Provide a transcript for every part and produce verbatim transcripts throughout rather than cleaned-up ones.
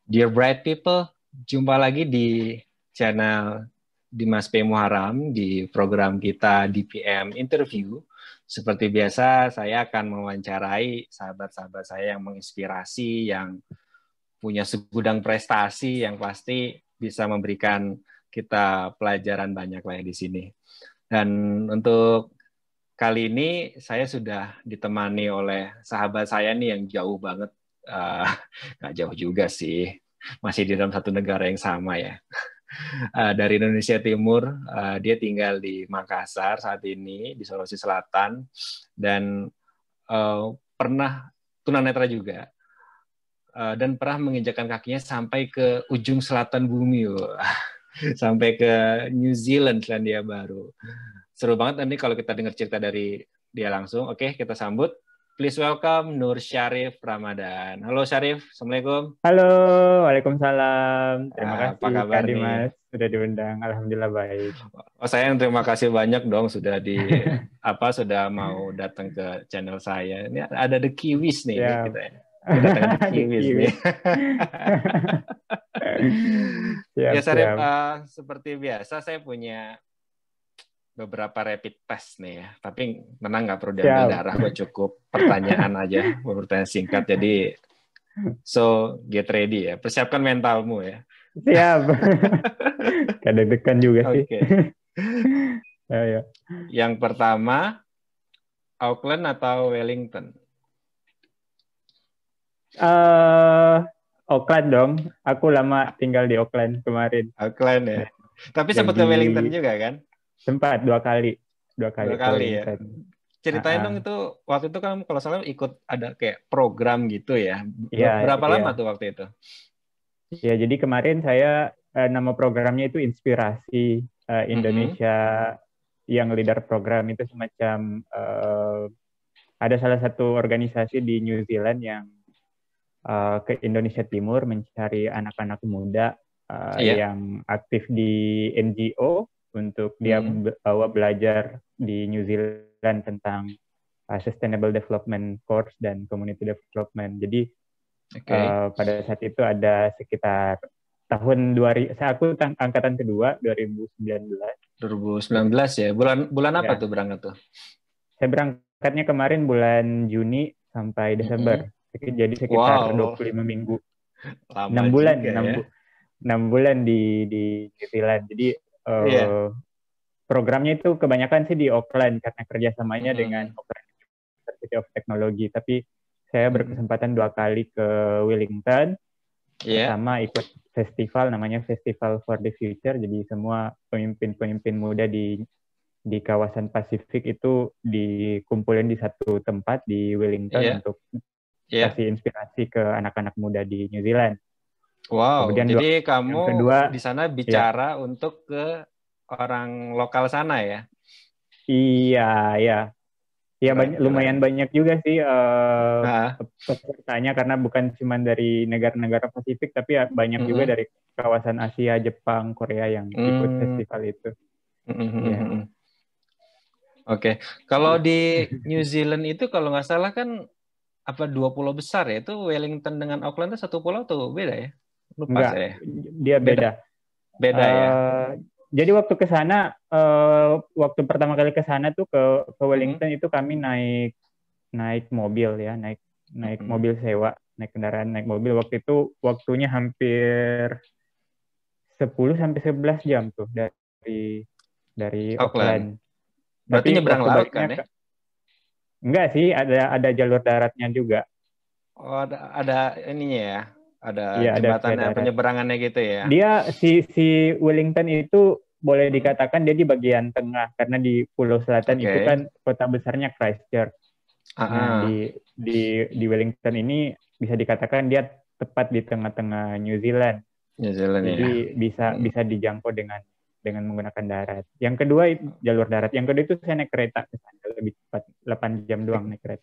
Dear Bright People, jumpa lagi di channel Dimas P. Muharam di program kita D P M Interview. Seperti biasa, saya akan mewawancarai sahabat-sahabat saya yang menginspirasi, yang punya segudang prestasi, yang pasti bisa memberikan kita pelajaran banyak lah di sini. Dan untuk kali ini saya sudah ditemani oleh sahabat saya nih yang jauh banget. Uh, nggak jauh juga sih, masih di dalam satu negara yang sama ya. Uh, dari Indonesia Timur, uh, dia tinggal di Makassar saat ini, di Sulawesi Selatan, dan uh, pernah tunanetra juga, uh, dan pernah menginjakkan kakinya sampai ke ujung selatan bumi, sampai ke New Zealand, Selandia Baru. Seru banget nanti kalau kita dengar cerita dari dia langsung. Oke, kita sambut. Please welcome Nur Syarif Ramadan. Halo Syarif, Assalamualaikum. Halo, Waalaikumsalam. Terima Ah, apa kasih kabar Kak nih? Dimas sudah diundang. Alhamdulillah baik. Oh, saya yang terima kasih banyak dong sudah di apa sudah mau datang ke channel saya. Ini ada The Kiwis nih Siap. kita. Kedatangan The The Kiwis kiwi. nih. Siap, Ya Syarif, siap. uh, seperti biasa saya punya beberapa rapid test nih ya. Tapi tenang, nggak perlu diambil Siap. darah, gue cukup pertanyaan aja, pertanyaan singkat. Jadi so get ready ya, persiapkan mentalmu ya. Siap. Kadang dekan juga sih. Oke. Ya, ya. Yang pertama, Auckland atau Wellington? Uh, Auckland dong. Aku lama tinggal di Auckland kemarin. Auckland ya. Tapi sempat ke Jadi Wellington juga kan? sempat dua kali, dua kali Dua ke kali ya. Wellington. Ceritain Uh-uh. dong itu, waktu itu kan kalau salah ikut ada kayak program gitu ya. Iya, Berapa iya. lama tuh waktu itu? Ya, jadi kemarin saya eh, nama programnya itu Inspirasi eh, Indonesia mm-hmm. yang leader program itu semacam eh, ada salah satu organisasi di New Zealand yang eh, ke Indonesia Timur mencari anak-anak muda eh, Iya. yang aktif di N G O untuk dia mm-hmm. bawa belajar di New Zealand tentang uh, Sustainable Development Course dan Community Development. Jadi Okay. Uh, pada saat itu ada sekitar tahun dua ribu, saya aku tang, angkatan kedua dua ribu sembilan belas. dua ribu sembilan belas ya. Bulan bulan apa ya. tuh berangkat tuh? Saya berangkatnya kemarin bulan Juni sampai Desember. Mm-hmm. Jadi sekitar wow. dua puluh lima minggu. Lama enam bulan, juga enam, ya. bu- enam bulan di di New Zealand. Jadi uh, yeah. programnya itu kebanyakan sih di Auckland karena kerjasamanya mm-hmm. dengan Auckland University of Technology. Tapi saya berkesempatan dua kali ke Wellington. Yeah. Pertama ikut festival namanya Festival for the Future. Jadi semua pemimpin-pemimpin muda di di kawasan Pasifik itu dikumpulin di satu tempat di Wellington yeah. untuk yeah. kasih inspirasi ke anak-anak muda di New Zealand. Wow. Kemudian jadi dua, kamu kedua, di sana bicara yeah. untuk ke orang lokal sana ya? Iya, ya. Ya banyak, lumayan banyak juga sih uh, nah. pesertanya karena bukan cuma dari negara-negara Pasifik tapi banyak mm-hmm. juga dari kawasan Asia, Jepang, Korea yang mm. ikut festival itu. Mm-hmm. Ya. Oke, okay. Kalau di New Zealand itu kalau nggak salah kan apa dua pulau besar ya? Itu Wellington dengan Auckland itu satu pulau tuh beda ya? Lupa Enggak, saya. Dia beda. Beda uh, ya. Jadi waktu ke sana, uh, waktu pertama kali ke sana tuh ke ke Wellington mm-hmm. itu kami naik naik mobil ya, naik naik mm-hmm. mobil sewa, naik kendaraan, naik mobil. Waktu itu waktunya hampir sepuluh sampai sebelas jam tuh dari dari Auckland. Auckland. Berarti Tapi nyebrang laut kan ya? Ke... Enggak sih, ada ada jalur daratnya juga. Oh, ada ada ininya ya. Ada ya, jembatannya, ada penyeberangannya gitu ya? Dia, si si Wellington itu boleh dikatakan dia di bagian tengah, karena di Pulau Selatan okay. itu kan kota besarnya Christchurch. Uh-huh. Nah, di, di, di Wellington ini bisa dikatakan dia tepat di tengah-tengah New Zealand. New Zealand Jadi ya? bisa hmm. bisa dijangkau dengan dengan menggunakan darat. Yang kedua, jalur darat. Yang kedua itu saya naik kereta ke sana, lebih cepat, delapan jam doang naik kereta.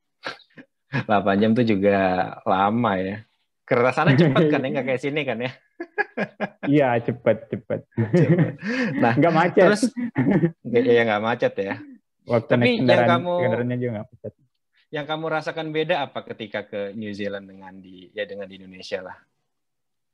delapan jam tuh juga lama ya? Kereta sana cepat kan ya, nggak kayak sini kan ya? Iya, cepat, cepat. Nah, nggak macet. Terus, ya nggak macet ya. Waktu Tapi naik yang kamu, kendaraannya juga nggak macet. Yang kamu rasakan beda apa ketika ke New Zealand dengan di, ya dengan di Indonesia lah?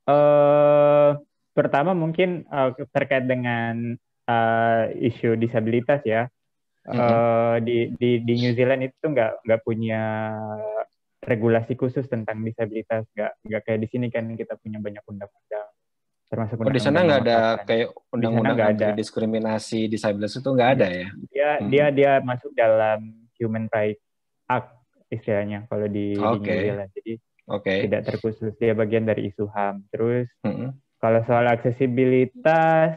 Uh, pertama mungkin uh, terkait dengan uh, isu disabilitas ya. Mm-hmm. Uh, di, di di New Zealand itu nggak nggak punya regulasi khusus tentang disabilitas, nggak nggak kayak di sini kan kita punya banyak undang-undang, termasuk Oh, di sana undang-undang nggak nomor ada delapan. kayak Di sana undang-undang nggak anti ada. diskriminasi disabilitas itu nggak ada ya? Dia Hmm. dia dia masuk dalam Human Rights Act istilahnya kalau di di New Oke. Zealand. Jadi Oke. tidak terkhusus, dia bagian dari isu H A M. Terus Mm-mm. kalau soal aksesibilitas,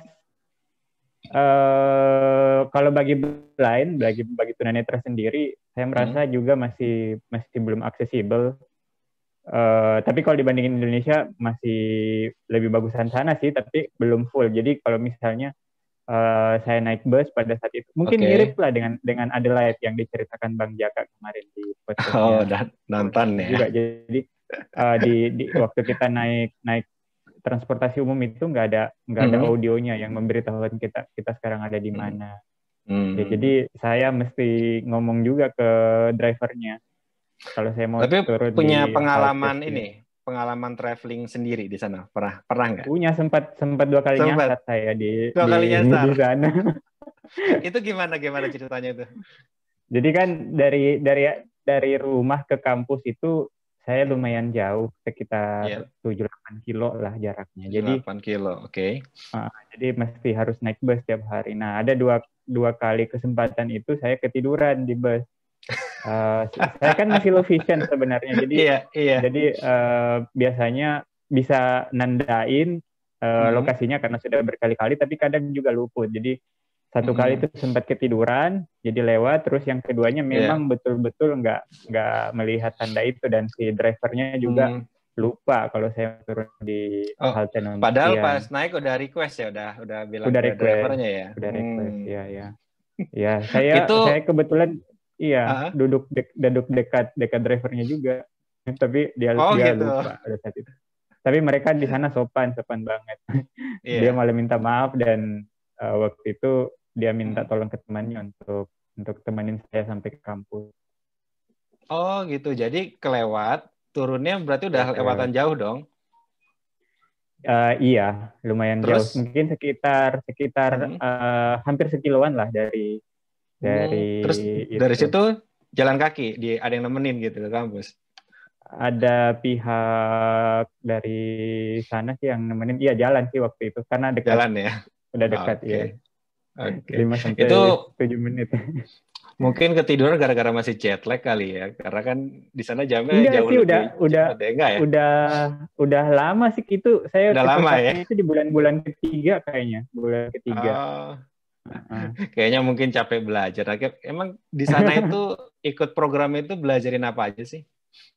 eh, kalau bagi blind, bagi bagi tunanetra sendiri, saya merasa Mm-mm. juga masih masih belum aksesibel. Uh, tapi kalau dibandingin Indonesia masih lebih bagusan sana sih, tapi belum full. Jadi kalau misalnya uh, saya naik bus pada saat itu, mungkin Oke. mirip lah dengan dengan Adelaide yang diceritakan Bang Jaka kemarin di Oh, podcastnya dan nonton ya. juga. Jadi uh, di, di waktu kita naik naik transportasi umum itu nggak ada nggak ada Mm-hmm. audionya yang memberitahukan kita kita sekarang ada di mana. Mm-hmm. Ya, jadi saya mesti ngomong juga ke drivernya. Kalau saya mau Tapi turun punya di pengalaman halte ini, pengalaman traveling sendiri di sana, pernah pernah nggak? Punya sempat sempat dua kali Sempat nyasar saya di dua di kali nyasar. di sana. Itu gimana gimana ceritanya itu? Jadi kan dari dari dari rumah ke kampus itu saya lumayan jauh, sekitar tujuh delapan kilo lah jaraknya. tujuh Jadi delapan kilo, oke. Okay. Uh, jadi mesti harus naik bus tiap hari. Nah, ada dua dua kali kesempatan itu saya ketiduran di bus. Uh, saya kan masih low vision sebenarnya, jadi iya, iya. jadi uh, biasanya bisa nandain uh, hmm. lokasinya karena sudah berkali-kali, tapi kadang juga luput. Jadi satu hmm. kali itu sempat ketiduran, jadi lewat. Terus yang keduanya memang yeah. betul-betul nggak nggak melihat tanda itu, dan si drivernya juga hmm. lupa kalau saya turun di oh, halte nomor padahal sekian. Pas naik udah request ya, udah udah bilang udah ke request, drivernya ya. Udah request, hmm. ya ya. Ya, saya itu... saya kebetulan iya uh-huh. duduk de- duduk dekat dekat drivernya juga, tapi dia oh, dia gitu. lupa pada saat itu. Tapi mereka di sana sopan sopan banget. Yeah. Dia malah minta maaf, dan uh, waktu itu dia minta tolong ke temannya untuk untuk temenin saya sampai ke kampus. Oh gitu, jadi kelewat, turunnya berarti udah Kelewat. lewatan jauh dong? Uh, iya, lumayan Terus? jauh. Mungkin sekitar sekitar hmm. uh, hampir sekiloan lah dari dari. Terus itu. Dari situ jalan kaki, di ada yang nemenin gitu ke kampus? Ada pihak dari sana sih yang nemenin. Iya, jalan sih waktu itu karena dekat. Jalan ya. Udah dekat okay. ya. Oke. lima sampai itu tujuh menit. Mungkin ketiduran gara-gara masih jet lag kali ya, karena kan di sana jamnya Enggak jauh sih, lebih udah udah cepat ya, enggak ya? Udah udah lama sih itu. Saya udah lama ya. Itu di bulan-bulan ketiga kayaknya, bulan ketiga. Oh. Uh-uh. Kayaknya mungkin capek belajar. Emang di sana itu ikut program itu belajarin apa aja sih?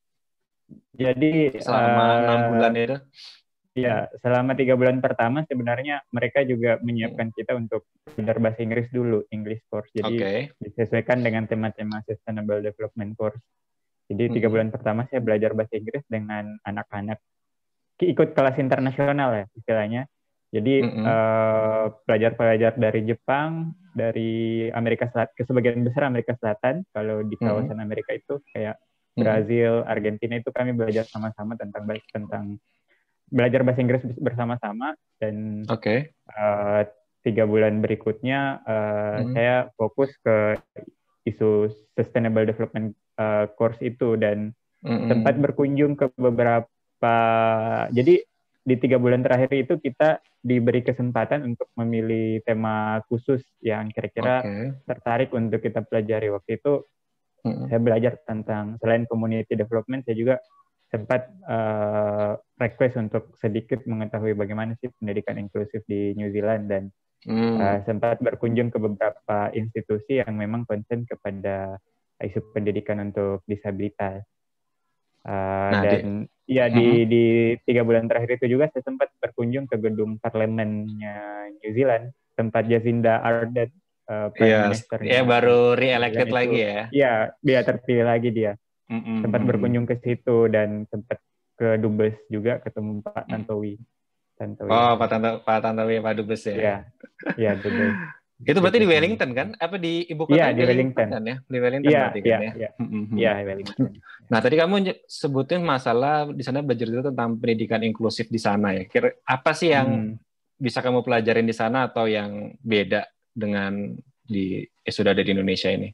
Jadi selama enam uh, bulan itu? Ya, selama tiga bulan pertama sebenarnya mereka juga menyiapkan kita untuk belajar bahasa Inggris dulu, English course. Jadi okay. disesuaikan dengan tema-tema Sustainable Development Course. Jadi tiga hmm. bulan pertama saya belajar bahasa Inggris dengan anak-anak, ikut kelas internasional ya istilahnya. Jadi hmm. uh, pelajar-pelajar dari Jepang, dari Amerika Selatan, ke sebagian besar Amerika Selatan. Kalau di kawasan hmm. Amerika itu kayak Brazil, Argentina, itu kami belajar sama-sama tentang tentang belajar bahasa Inggris bersama-sama. Dan okay. uh, tiga bulan berikutnya uh, hmm. saya fokus ke isu Sustainable Development uh, Course itu, dan hmm. sempat berkunjung ke beberapa. Jadi di tiga bulan terakhir itu kita diberi kesempatan untuk memilih tema khusus yang kira-kira okay. tertarik untuk kita pelajari. Waktu itu hmm. saya belajar tentang, selain community development, saya juga sempat uh, request untuk sedikit mengetahui bagaimana sih pendidikan inklusif di New Zealand, dan hmm. uh, sempat berkunjung ke beberapa institusi yang memang concern kepada isu pendidikan untuk disabilitas. Uh, nah, dan di, ya uh-huh. di di tiga bulan terakhir itu juga saya sempat berkunjung ke gedung parlemennya New Zealand, tempat Jacinda Ardern, uh, Prime yes. Minister. Ya baru re-elected lagi ya. Iya, dia terpilih lagi dia. Mm-mm. Sempat berkunjung ke situ, dan sempat ke Dubes juga, ketemu Pak Tantowi. Tantowi. Oh, Pak Tantowi, Pak Tantowi, Pak Dubes ya. Iya, iya Dubes. Itu berarti gitu di sih. Wellington kan? Apa di ibu Iya, kotanya di Wellington. kan ya? Di Wellington Iya, berarti kan iya, ya? iya. Mm-hmm. Iya, Wellington. Nah, tadi kamu ny- sebutin masalah di sana belajar itu tentang pendidikan inklusif di sana ya. Kira apa sih yang Hmm. bisa kamu pelajarin di sana atau yang beda dengan di eh, sudah ada di Indonesia ini?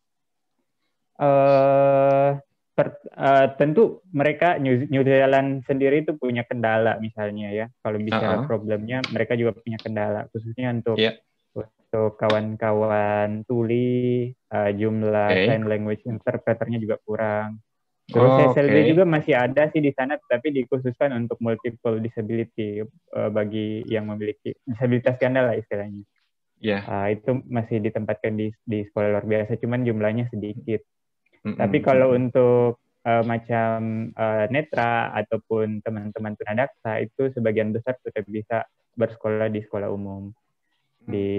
Uh, per, uh, tentu mereka New, New Zealand sendiri itu punya kendala misalnya ya. Kalau bicara Uh-uh. problemnya, mereka juga punya kendala khususnya untuk Yeah. untuk kawan-kawan tuli, uh, jumlah Okay. sign language interpreternya juga kurang. Terus Oh, S L B okay. juga masih ada sih di sana, tapi dikhususkan untuk multiple disability uh, bagi yang memiliki disabilitas ganda lah istilahnya. Yeah. Uh, itu masih ditempatkan di di sekolah luar biasa, cuman jumlahnya sedikit. Mm-mm. Tapi kalau untuk uh, macam uh, netra ataupun teman-teman tunadaksa itu sebagian besar sudah bisa bersekolah di sekolah umum, mm. di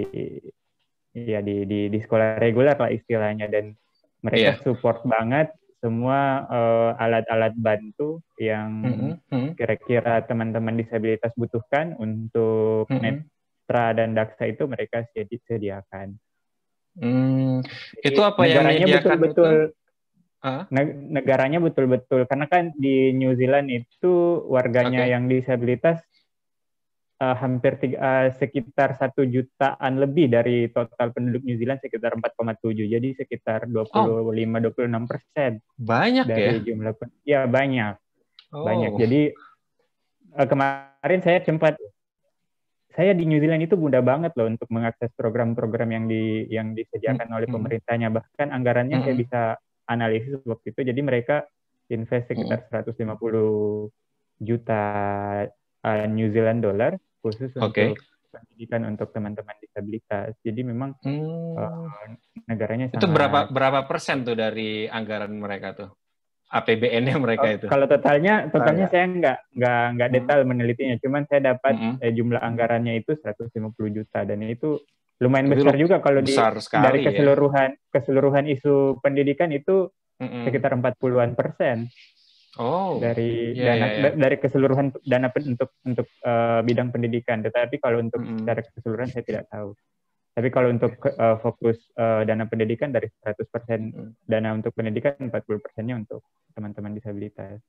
ya di, di di sekolah reguler lah istilahnya, dan mereka yeah. support banget semua uh, alat-alat bantu yang mm-hmm. kira-kira teman-teman disabilitas butuhkan untuk mm-hmm. netra dan daksa itu mereka sediakan. Hmm, itu apa yang menyediakan betul-betul itu? Huh? Negaranya betul-betul, karena kan di New Zealand itu warganya okay. yang disabilitas uh, hampir tiga, uh, sekitar satu jutaan lebih dari total penduduk New Zealand, sekitar empat koma tujuh, jadi sekitar dua puluh lima sampai dua puluh enam persen banyak dari ya? jumlah ya banyak oh. banyak. Jadi uh, kemarin saya sempat saya di New Zealand itu mudah banget loh untuk mengakses program-program yang di yang disediakan hmm. oleh pemerintahnya, bahkan anggarannya hmm. saya bisa analisis waktu itu. Jadi mereka invest sekitar seratus lima puluh juta uh, New Zealand dollar khusus okay. untuk pendidikan untuk teman-teman disabilitas. Jadi memang hmm. uh, negaranya itu sangat... berapa berapa persen tuh dari anggaran mereka tuh A P B N-nya mereka itu? Kalau totalnya totalnya oh, saya nggak nggak nggak detail hmm. menelitinya, cuman saya dapat hmm. eh, jumlah anggarannya itu seratus lima puluh juta, dan itu lumayan besar juga kalau di dari keseluruhan ya? keseluruhan isu pendidikan itu mm-mm. sekitar empat puluhan persen oh, dari yeah, dana yeah, yeah. dari keseluruhan dana pen, untuk untuk uh, bidang pendidikan. Tetapi kalau untuk mm-mm. secara keseluruhan saya tidak tahu. Tapi kalau untuk uh, fokus uh, dana pendidikan dari seratus persen mm-hmm. dana untuk pendidikan, empat puluh persennya untuk teman-teman disabilitas.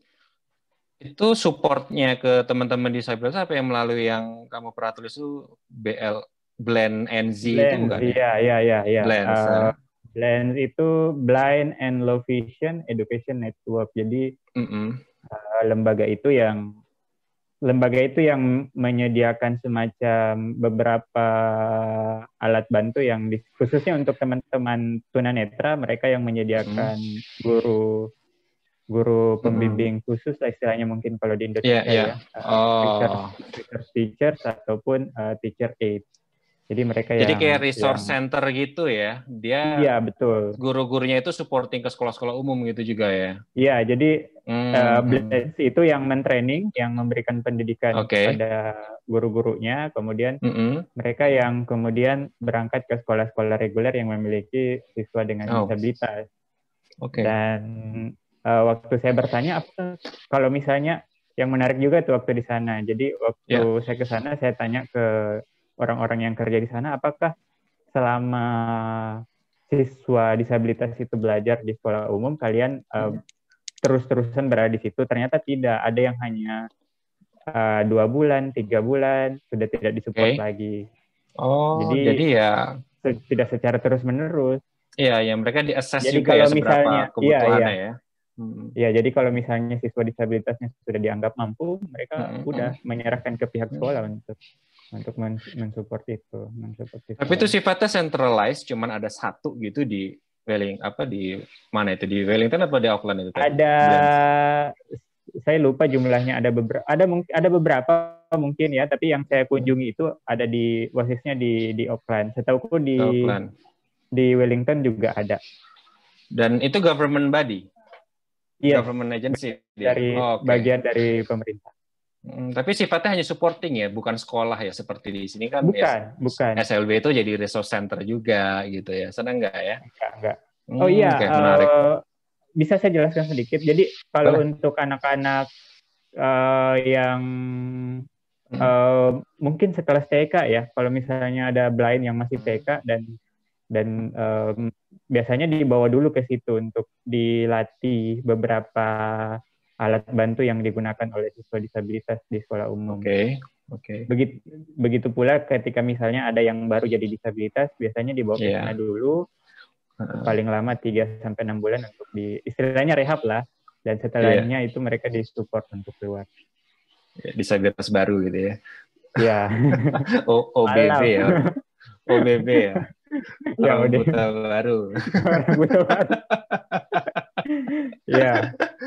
Itu supportnya ke teman-teman disabilitas apa yang melalui yang kamu pernah tulis itu B L Blend N Z Blend, itu bukan ya? Iya, iya, iya, iya. Blend, uh, uh. Blend itu Blind and Low Vision Education Network. Jadi mm-hmm. uh, lembaga itu yang lembaga itu yang menyediakan semacam beberapa alat bantu yang di, khususnya untuk teman-teman tunanetra, mereka yang menyediakan mm-hmm. guru guru pembimbing mm-hmm. khusus lah istilahnya mungkin kalau di Indonesia yeah, yeah. ya, uh, oh. teachers, teachers, teachers ataupun uh, teacher aid. Jadi mereka Jadi yang kayak resource yang, center gitu ya. Dia Iya, betul. Guru-gurunya itu supporting ke sekolah-sekolah umum gitu juga ya. Iya, jadi hmm. uh, Blend itu yang mentraining, yang memberikan pendidikan okay. kepada guru-gurunya, kemudian mm-hmm. mereka yang kemudian berangkat ke sekolah-sekolah reguler yang memiliki siswa dengan oh. disabilitas. Okay. Dan uh, waktu saya bertanya, apa kalau misalnya yang menarik juga tuh waktu di sana. Jadi waktu yeah. saya ke sana, saya tanya ke orang-orang yang kerja di sana, apakah selama siswa disabilitas itu belajar di sekolah umum, kalian uh, terus-terusan berada di situ? Ternyata tidak. Ada yang hanya uh, dua bulan, tiga bulan, sudah tidak disupport okay. lagi. Oh, jadi, jadi ya se- tidak secara terus-menerus. Iya, ya mereka di-assess jadi juga kalau ya seberapa misalnya, kebutuhannya iya, iya. ya. Hmm. Ya, jadi kalau misalnya siswa disabilitasnya sudah dianggap mampu, mereka hmm. udah menyerahkan ke pihak sekolah hmm. untuk untuk mensupport itu, mensupport itu. Tapi itu sifatnya centralized, cuman ada satu gitu di Wellington, apa di mana itu, di Wellington atau di Auckland itu? Ada, Blend. Saya lupa jumlahnya, ada beberapa, ada mungkin ada beberapa mungkin ya, tapi yang saya kunjungi itu ada di wasisnya di di Auckland. Setahuku di Auckland. Di Wellington juga ada. Dan itu government body, yes. government agency dari oh, okay. bagian dari pemerintah. Hmm, tapi sifatnya hanya supporting ya, bukan sekolah ya seperti di sini kan. Bukan, ya, bukan. S L B itu jadi resource center juga gitu ya. Senang nggak ya? Enggak, enggak. Oh hmm, iya, okay, uh, bisa saya jelaskan sedikit. Jadi kalau Boleh. untuk anak-anak uh, yang uh, mungkin sekelas T K ya. Kalau misalnya ada blind yang masih T K dan dan um, biasanya dibawa dulu ke situ untuk dilatih beberapa alat bantu yang digunakan oleh siswa disabilitas di sekolah umum. Oke, okay. oke. Okay. Begitu begitu pula ketika misalnya ada yang baru jadi disabilitas, biasanya dibawa ke sana yeah. dulu. Uh. Paling lama tiga sampai enam bulan untuk di istilahnya rehab lah, dan setelahnya yeah. itu mereka disupport untuk keluar. Disabilitas baru gitu ya. Iya. O OBB ya. O B B ya. Orang ya, buta baru. Orang buta baru. Iya.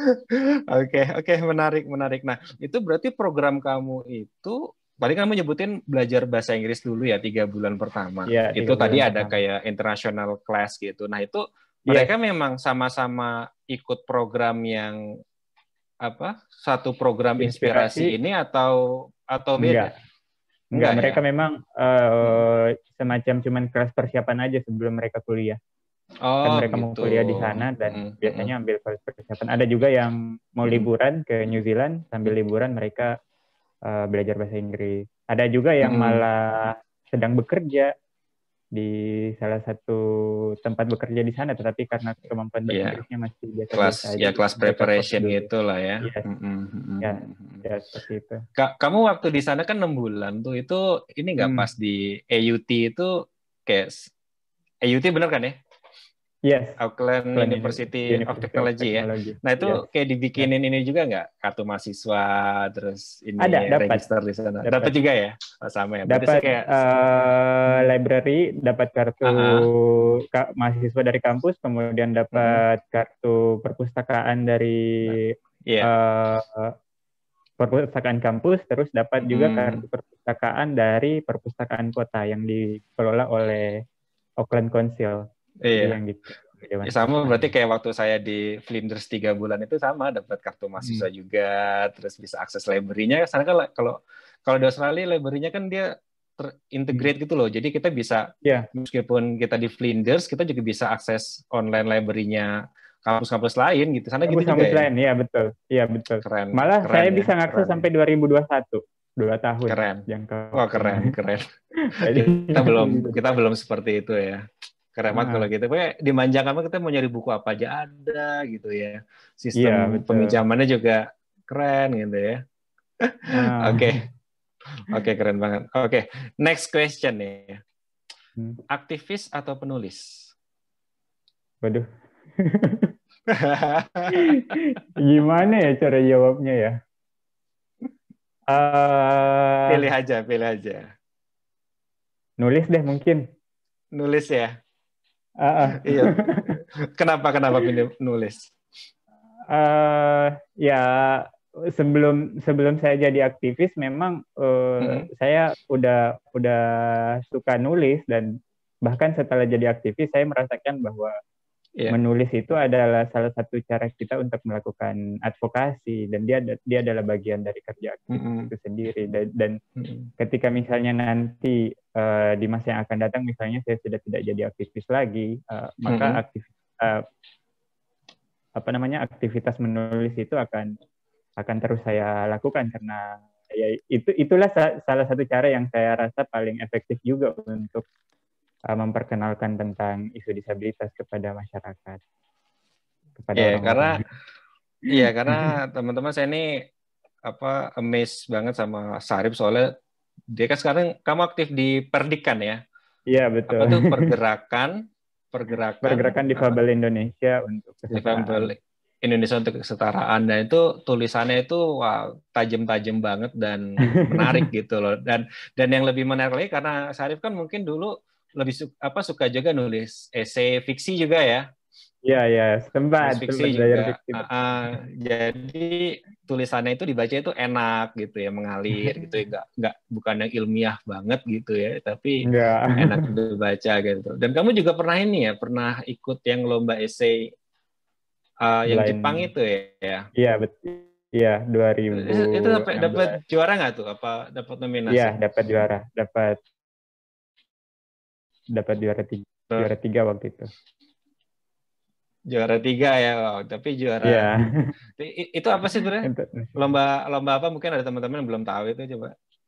Oke, oke, menarik, menarik. Nah, itu berarti program kamu itu, tadi kamu nyebutin belajar bahasa Inggris dulu ya, tiga bulan pertama. Ya, itu tadi ada pertama. kayak international class gitu. Nah, itu mereka yes. memang sama-sama ikut program yang apa? Satu program inspirasi, inspirasi ini atau atau beda? Enggak. Enggak, mereka ya? memang uh, semacam cuman kelas persiapan aja sebelum mereka kuliah. Oh, kan mereka gitu. mau kuliah di sana dan mm-hmm. biasanya ambil kelas persiapan. Ada juga yang mau liburan ke New Zealand, sambil liburan mereka uh, belajar bahasa Inggris. Ada juga yang mm-hmm. malah sedang bekerja di salah satu tempat bekerja di sana, tetapi karena kemampuan bahasa yeah. Inggrisnya masih biasa-biasa kelas, aja. Ya, kelas preparation gitu lah ya. Yes. Mm-hmm. Ya, ya, seperti itu. Kamu waktu di sana kan enam bulan tuh, itu ini nggak hmm. pas di A U T itu kayak A U T bener kan ya? Yes. Auckland University, University of Technology, of Technology ya. Nah itu yes. kayak dibikinin yes. ini juga nggak kartu mahasiswa terus ini ada, dapat. register di sana. Dapat, dapat juga ya, oh, sama ya. Dapat kayak uh, library, dapat kartu uh-huh. ka- mahasiswa dari kampus, kemudian dapat uh-huh. kartu perpustakaan dari yeah. uh, perpustakaan kampus, terus dapat uh-huh. juga kartu perpustakaan dari perpustakaan kota yang dikelola oleh Auckland Council. Iya. Yang gitu. Ya, sama berarti kayak waktu saya di Flinders tiga bulan itu sama, dapat kartu mahasiswa hmm. juga, terus bisa akses library-nya. Karena kan kalau kalau di Australia library-nya kan dia terintegrate hmm. gitu loh. Jadi kita bisa yeah. meskipun kita di Flinders, kita juga bisa akses online library-nya kampus-kampus lain gitu. Sana kampus, gitu kampus juga lain, ya betul. Iya betul. Keren. Malah keren, saya ya. bisa ngakses keren. sampai dua ribu dua puluh satu. Dua tahun. Keren. Jangka. Wah, keren, keren. kita belum kita belum seperti itu ya. Keren banget ah. kalau gitu. Pokoknya dimanjakan, kita mau nyari buku apa aja ada gitu ya. Sistem ya, peminjamannya juga keren gitu ya. Oke. Ah. Oke, okay. okay, keren banget. Oke, okay. Next question nih. Hmm. Aktivis atau penulis? Waduh. Gimana ya cara jawabnya ya? Uh... Pilih aja, pilih aja. Nulis deh mungkin. Nulis ya? Uh, uh. Iya. Kenapa kenapa pilih nulis? Uh, ya sebelum sebelum saya jadi aktivis memang uh, mm-hmm. saya udah udah suka nulis, dan bahkan setelah jadi aktivis saya merasakan bahwa yeah. menulis itu adalah salah satu cara kita untuk melakukan advokasi, dan dia dia adalah bagian dari kerja aktivis mm-hmm. itu sendiri. Dan, dan mm-hmm. ketika misalnya nanti Uh, di masa yang akan datang, misalnya saya sudah tidak jadi aktivis lagi, uh, maka mm-hmm. aktif, uh, apa namanya aktivitas menulis itu akan akan terus saya lakukan, karena ya itu itulah sa- salah satu cara yang saya rasa paling efektif juga untuk uh, memperkenalkan tentang isu disabilitas kepada masyarakat. Kepada yeah, orang-orang. Karena iya karena teman-teman saya ini apa amazed banget sama Sarip, soalnya dia kan sekarang kamu aktif di Perdikan ya? Iya betul. Apa tuh pergerakan, pergerakan, pergerakan difabel Indonesia untuk kesetaraan. Difabel Indonesia untuk kesetaraan, dan itu tulisannya itu wah tajam-tajam banget dan menarik gitu loh. Dan dan yang lebih menarik lagi karena Sarip kan mungkin dulu lebih suka, apa suka juga nulis esai fiksi juga ya? Iya ya, sempat fiksi juga. Uh, uh, jadi tulisannya itu dibaca itu enak gitu ya, mengalir gitu ya, nggak nggak bukan yang ilmiah banget gitu ya, tapi Nggak. enak dibaca gitu. Dan kamu juga pernah ini ya, pernah ikut yang lomba esai uh, yang Lain. Jepang itu ya? Iya betul. Iya dua ribu. Itu dapat dapat juara nggak tuh? Apa dapat nominasi? Iya dapat juara, dapat dapat juara tiga, juara tiga waktu itu. Juara tiga ya, wow. Tapi juara yeah. itu apa sih sebenarnya? Lomba lomba apa? Mungkin ada teman-teman yang belum tahu itu, coba.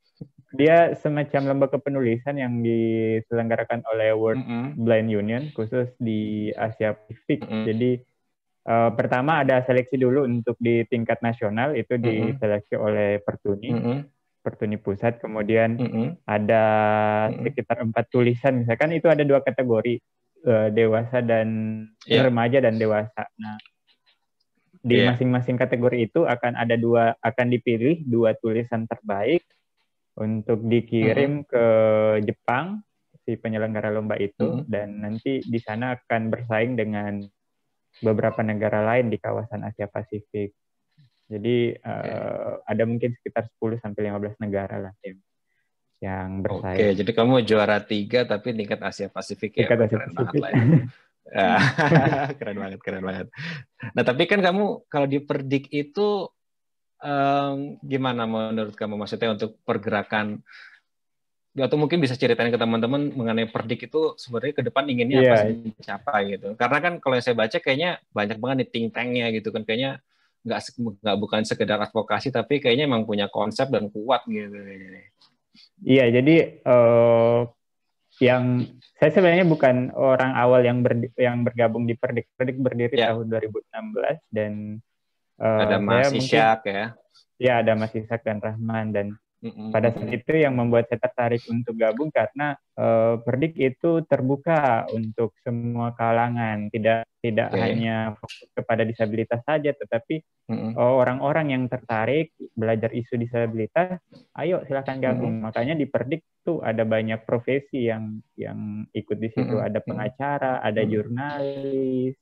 dia semacam lomba kepenulisan yang diselenggarakan oleh World mm-hmm. Blind Union khusus di Asia Pasifik. Mm-hmm. Jadi uh, pertama ada seleksi dulu untuk di tingkat nasional, itu mm-hmm. diseleksi oleh Pertuni, mm-hmm. Pertuni Pusat. Kemudian mm-hmm. ada mm-hmm. sekitar empat tulisan, misalkan itu ada dua kategori, uh, dewasa dan yeah. remaja dan dewasa. Nah, di yeah. masing-masing kategori itu akan ada dua, akan dipilih dua tulisan terbaik untuk dikirim mm-hmm. ke Jepang, si penyelenggara lomba itu, mm-hmm. dan nanti di sana akan bersaing dengan beberapa negara lain di kawasan Asia Pasifik. Jadi okay. uh, ada mungkin sekitar sepuluh sampai lima belas negara lah yang, yang bersaing. Oke, okay, jadi kamu juara tiga tapi tingkat Asia Pasifik ya, tingkat Asia keren Pasifik. banget lah ya. Keren banget, keren banget. Nah tapi kan kamu kalau di Perdik itu Um, gimana menurut kamu, maksudnya untuk pergerakan, atau mungkin bisa ceritain ke teman-teman mengenai Perdik itu sebenarnya ke depan inginnya yeah. apa sih dicapai gitu? Karena kan kalau yang saya baca kayaknya banyak banget nih think tank-nya gitu kan, kayaknya nggak nggak bukan sekedar advokasi tapi kayaknya emang punya konsep dan kuat gitu. Iya, yeah, jadi uh, yang saya sebenarnya bukan orang awal yang ber, yang bergabung di Perdik. Perdik berdiri yeah. tahun dua ribu enam belas dan Uh, ada Mas Ishak ya. Ya, ada Mas Ishak dan Rahman, dan mm-hmm. pada saat itu yang membuat saya tertarik untuk gabung karena uh, Perdik itu terbuka untuk semua kalangan, tidak tidak okay. hanya fokus kepada disabilitas saja, tetapi mm-hmm. uh, orang-orang yang tertarik belajar isu disabilitas, ayo silakan gabung. Mm-hmm. Makanya di Perdik tuh ada banyak profesi yang yang ikut di situ, mm-hmm. ada pengacara, ada mm-hmm. jurnalis.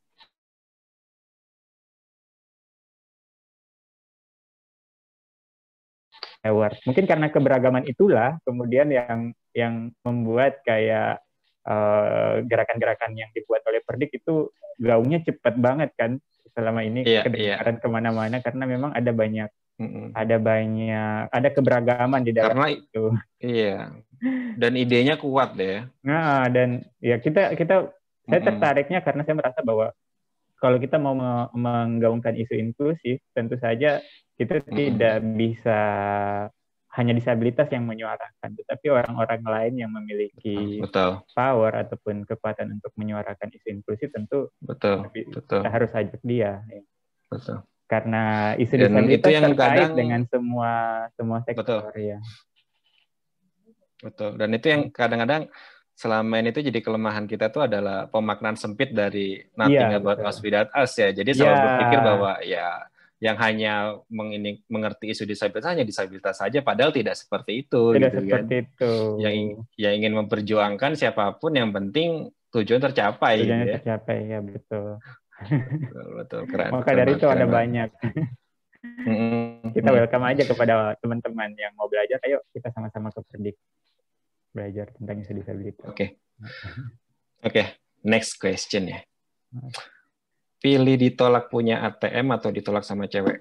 Award. Mungkin karena keberagaman itulah kemudian yang yang membuat kayak uh, gerakan-gerakan yang dibuat oleh Perdik itu gaungnya cepat banget kan selama ini yeah, kedengaran yeah. kemana-mana karena memang ada banyak mm-hmm. ada banyak ada keberagaman di dalam karena, itu. Iya. Dan idenya kuat deh. Nah, dan ya kita kita mm-hmm. saya tertariknya karena saya merasa bahwa kalau kita mau menggaungkan isu inklusif, tentu saja kita mm-hmm. tidak bisa hanya disabilitas yang menyuarakan, tetapi orang-orang lain yang memiliki betul. power ataupun kekuatan untuk menyuarakan isu inklusif tentu betul, betul. kita harus ajak dia. Ya. Betul. Karena isu Dan disabilitas yang terkait kadang, dengan semua semua sektor. Betul. Ya. Betul. Dan itu yang kadang-kadang selama ini itu jadi kelemahan kita tuh adalah pemaknaan sempit dari nothing ya, about betul. us without us ya. Jadi selalu ya. berpikir bahwa ya yang hanya mengini, mengerti isu disabilitas hanya disabilitas saja, padahal tidak seperti itu. Tidak gitu seperti kan. itu. Yang, yang ingin memperjuangkan siapapun, yang penting tujuan tercapai. Tujuannya gitu ya. tercapai, ya betul. Betul, betul. Keren. Maka keren dari banget, itu ada banget. banyak. Mm-hmm. Kita welcome aja kepada teman-teman yang mau belajar. Ayo kita sama-sama ke Perdik belajar tentang isu disabilitas. Oke. Okay. Oke, okay. Next question ya. Pilih ditolak punya A T M atau ditolak sama cewek?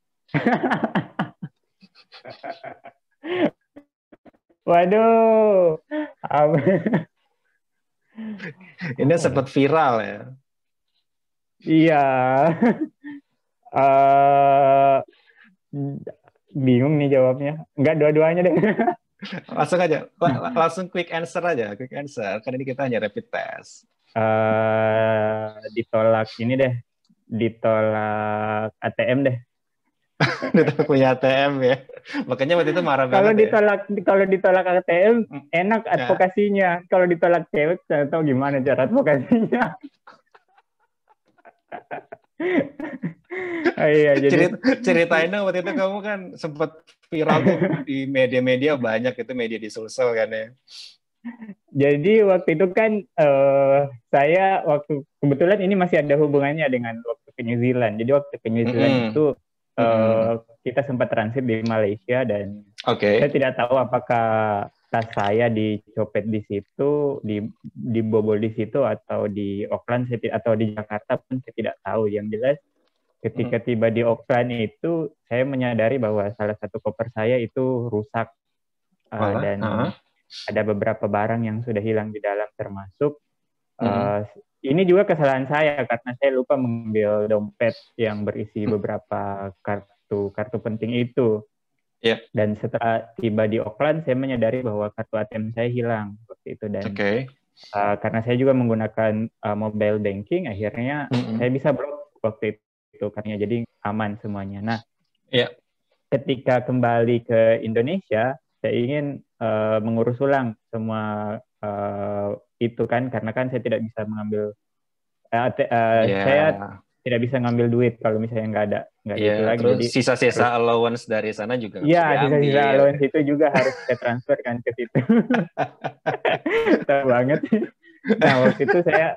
Waduh. Ini sempat viral ya. Iya. uh, bingung nih jawabnya. Enggak, dua-duanya deh. Langsung aja, langsung quick answer aja, quick answer. Kan ini kita hanya rapid test. Uh, ditolak ini deh, ditolak A T M deh. Ditolak punya A T M ya. Makanya waktu itu marah kalau banget. Ditolak, ya. Kalau ditolak A T M, enak advokasinya. Ya. Kalau ditolak cewek, saya tahu gimana cara advokasinya. Oh, iya, jadi... Cerita, ceritain dong waktu itu kamu kan sempat viral tuh di media-media banyak, itu media di sosial kan ya. Jadi waktu itu kan uh, saya waktu kebetulan ini masih ada hubungannya dengan waktu ke New Zealand. Jadi waktu ke New Zealand mm-hmm. itu uh, mm-hmm. kita sempat transit di Malaysia dan okay. saya tidak tahu apakah tas saya dicopet di situ, di dibobol di situ atau di Auckland atau di Jakarta pun saya tidak tahu. Yang jelas ketika tiba di Auckland itu saya menyadari bahwa salah satu koper saya itu rusak uh, dan uh-huh. ada beberapa barang yang sudah hilang di dalam termasuk uh, uh, ini juga kesalahan saya karena saya lupa mengambil dompet yang berisi beberapa kartu kartu penting itu. Yeah. Dan setelah tiba di Auckland, saya menyadari bahwa kartu A T M saya hilang waktu itu. Dan okay. uh, karena saya juga menggunakan uh, mobile banking, akhirnya mm-hmm. saya bisa blok waktu itu, karena jadi aman semuanya. Nah, yeah. ketika kembali ke Indonesia, saya ingin uh, mengurus ulang semua uh, itu kan, karena kan saya tidak bisa mengambil, uh, te- uh, yeah. saya tidak bisa ngambil duit kalau misalnya nggak ada nggak yeah, itu lagi. Terus Jadi sisa-sisa harus, allowance dari sana juga nggak iya, bisa diambil. Sisa-sisa allowance itu juga harus saya transfer kan ke situ. Tahu banget. Nah waktu itu saya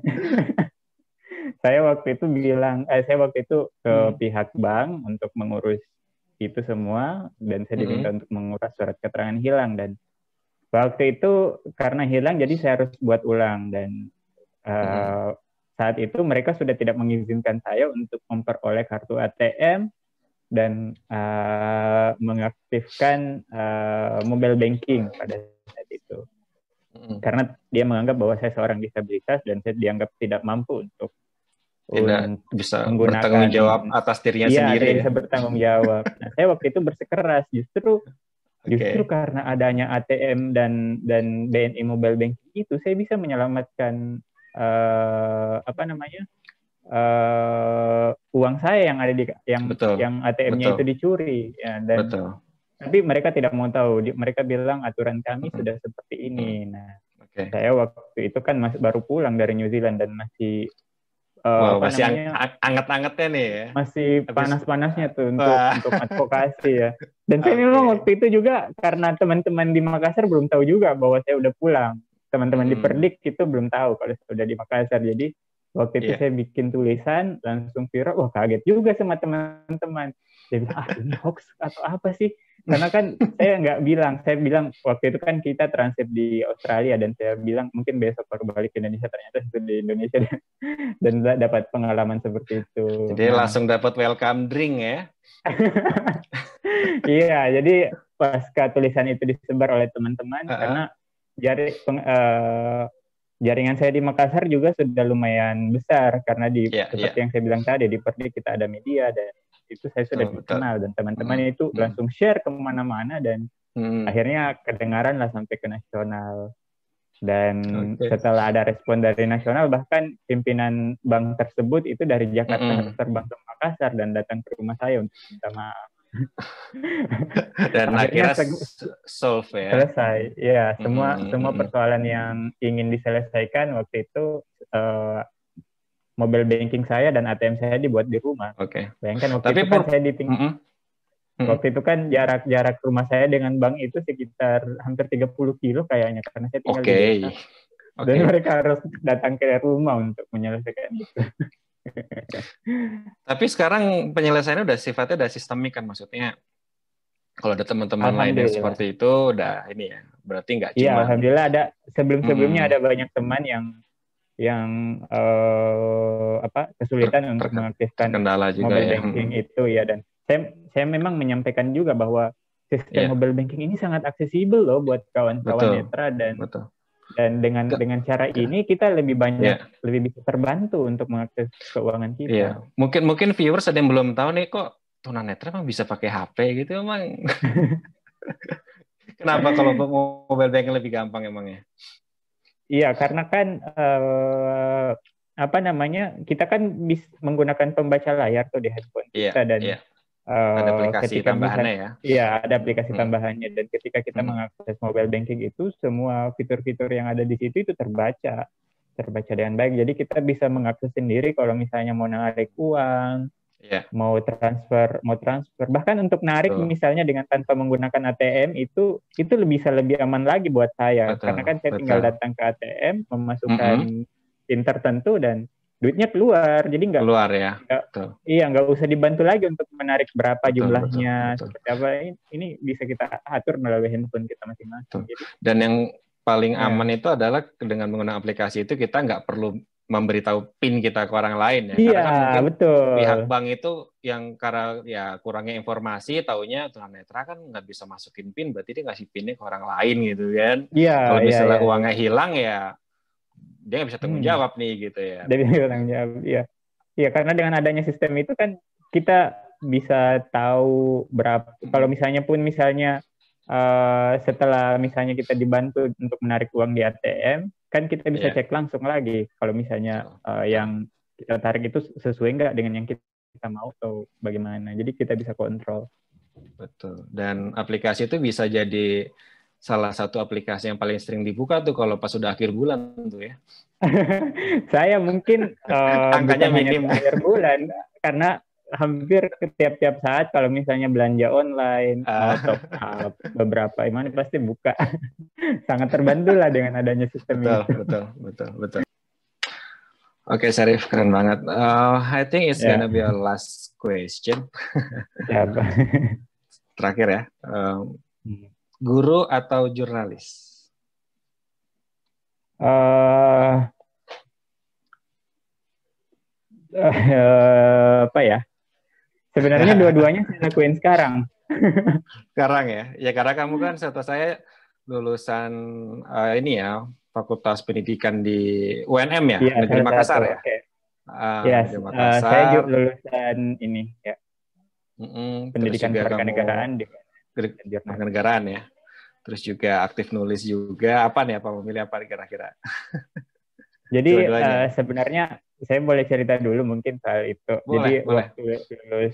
saya waktu itu bilang, eh, saya waktu itu ke hmm. pihak bank untuk mengurus itu semua, dan saya diminta hmm. untuk mengurus surat keterangan hilang. Dan waktu itu karena hilang, jadi saya harus buat ulang. Dan uh, hmm. saat itu mereka sudah tidak mengizinkan saya untuk memperoleh kartu A T M dan uh, mengaktifkan uh, mobile banking pada saat itu. Hmm. Karena dia menganggap bahwa saya seorang disabilitas dan saya dianggap tidak mampu untuk tidak bisa bertanggung jawab atas dirinya iya, sendiri. Iya, tidak ya? bisa bertanggung jawab. Nah, saya waktu itu bersikeras, justru okay. justru karena adanya A T M dan dan B N I Mobile Banking itu, saya bisa menyelamatkan uh, apa namanya uh, uang saya yang ada di yang betul, yang A T M-nya itu dicuri. Ya, dan betul. Tapi mereka tidak mau tahu. Mereka bilang aturan kami mm-hmm. sudah seperti ini. Nah, okay. saya waktu itu kan masih baru pulang dari New Zealand dan masih Uh, wow, apa masih namanya, ang- anget-angetnya nih ya. Masih Habis... panas-panasnya tuh untuk Wah. untuk advokasi ya. Dan saya okay. memang waktu itu juga karena teman-teman di Makassar belum tahu juga bahwa saya udah pulang. Teman-teman hmm. di Perdik itu belum tahu kalau saya udah di Makassar. Jadi waktu itu yeah. saya bikin tulisan langsung viral. Wah, kaget juga sama teman-teman. Dia bilang, ah ini hoax atau apa sih? Karena kan saya nggak bilang, saya bilang waktu itu kan kita transit di Australia, dan saya bilang mungkin besok baru balik ke Indonesia, ternyata itu di Indonesia dan dapat pengalaman seperti itu. Jadi nah. langsung dapat welcome drink ya? Iya, jadi pasca tulisan itu disebar oleh teman-teman, uh-huh. karena jari, peng, uh, jaringan saya di Makassar juga sudah lumayan besar, karena di yeah, seperti yeah. yang saya bilang tadi, di Perdik kita ada media, dan itu saya sudah oh, dikenal, dan teman-teman hmm. itu hmm. langsung share kemana-mana, dan hmm. akhirnya kedengaran lah sampai ke nasional. Dan okay. setelah ada respon dari nasional, bahkan pimpinan bank tersebut itu dari Jakarta hmm. harus terbang ke Makassar dan datang ke rumah saya untuk minta maaf. Dan akhirnya, akhirnya solve ya. Selesai, ya semua hmm. semua persoalan yang ingin diselesaikan waktu itu. Uh, Mobile banking saya dan A T M saya dibuat di rumah. Oke. Okay. Bayangkan waktu Tapi itu kan per... saya di ting- mm-hmm. waktu itu kan jarak-jarak rumah saya dengan bank itu sekitar hampir tiga puluh kilo kayaknya, karena saya tinggal okay. di desa. Okay. Dan mereka harus datang ke rumah untuk menyelesaikan itu. Tapi sekarang penyelesaiannya udah sifatnya udah sistemik kan, maksudnya kalau ada teman-teman lain yang seperti itu udah ini ya, berarti nggak cuma. Iya, alhamdulillah ada sebelum-sebelumnya hmm. ada banyak teman yang yang uh, apa kesulitan Ter- untuk mengaktifkan mobile ya. banking hmm. itu ya, dan saya saya memang menyampaikan juga bahwa sistem yeah. mobile banking ini sangat aksesibel loh buat kawan-kawan netra, dan Betul. dan dengan Ke, dengan cara ke, ini kita lebih banyak yeah. lebih bisa terbantu untuk mengakses keuangan kita. Yeah. Mungkin mungkin viewers ada yang belum tahu nih, kok tunanetra emang bisa pakai H P gitu emang. Kenapa kalau mobile banking lebih gampang emangnya? Iya, karena kan uh, apa namanya, kita kan bisa menggunakan pembaca layar tuh di handphone kita, yeah, dan yeah. uh, ada aplikasi tambahannya bisa, ya. Iya, ada aplikasi hmm. tambahannya, dan ketika kita hmm. mengakses mobile banking itu, semua fitur-fitur yang ada di situ itu terbaca, terbaca dengan baik. Jadi kita bisa mengakses sendiri kalau misalnya mau narik uang. Yeah. Mau transfer, mau transfer, bahkan untuk narik Betul. misalnya dengan tanpa menggunakan A T M itu itu lebih bisa lebih aman lagi buat saya. Betul. Karena kan saya Betul. tinggal datang ke A T M, memasukkan mm-hmm. PIN tertentu dan duitnya keluar, jadi nggak keluar ya. Gak, iya, nggak usah dibantu lagi untuk menarik berapa Betul, jumlahnya, betul, betul. seperti apa. Ini, ini bisa kita atur melalui handphone kita masing-masing. Jadi, dan yang paling ya. aman itu adalah dengan menggunakan aplikasi itu kita nggak perlu memberitahu PIN kita ke orang lain ya. Iya, karena kan mungkin betul. pihak bank itu yang karena ya kurangnya informasi, taunya tunanetra kan nggak bisa masukin PIN, berarti dia ngasih PIN-nya ke orang lain gitu kan. Iya. Kalau misalnya iya, uangnya iya. hilang ya dia nggak bisa tanggung jawab hmm. nih gitu ya. Dia bisa tanggung jawab, iya. Iya, karena dengan adanya sistem itu kan kita bisa tahu berapa, kalau misalnya pun misalnya uh, setelah misalnya kita dibantu untuk menarik uang di A T M, kan kita bisa yeah. cek langsung lagi kalau misalnya uh, yang kita tarik itu sesuai nggak dengan yang kita, kita mau atau bagaimana. Jadi kita bisa kontrol. Betul. Dan aplikasi itu bisa jadi salah satu aplikasi yang paling sering dibuka tuh kalau pas sudah akhir bulan tuh ya. Saya mungkin uh, angkanya bukan minim hanya akhir bulan, karena hampir tiap-tiap saat kalau misalnya belanja online uh. mau top up beberapa iman pasti buka. Sangat terbantu lah dengan adanya sistem betul, itu. Betul, betul, betul. Oke, okay, Syarif, keren banget. Uh, I think it's yeah. gonna be our last question. Ya, terakhir ya. Um, guru atau jurnalis? Uh, uh, apa ya? Sebenarnya dua-duanya saya lakuin sekarang. Sekarang ya? Ya karena kamu kan setahu saya lulusan uh, ini ya, Fakultas Pendidikan di U N M ya, ya Negeri Makassar ya? Okay. Uh, yes, Negeri Makassar. Uh, saya juga lulusan ini ya. Mm-mm, Pendidikan Kewarganegaraan di Kewarganegaraan ya. Terus juga aktif nulis juga. Apa nih, apa memilih apa kira-kira? Jadi uh, sebenarnya saya boleh cerita dulu mungkin soal itu. Boleh, Jadi boleh. waktu lulus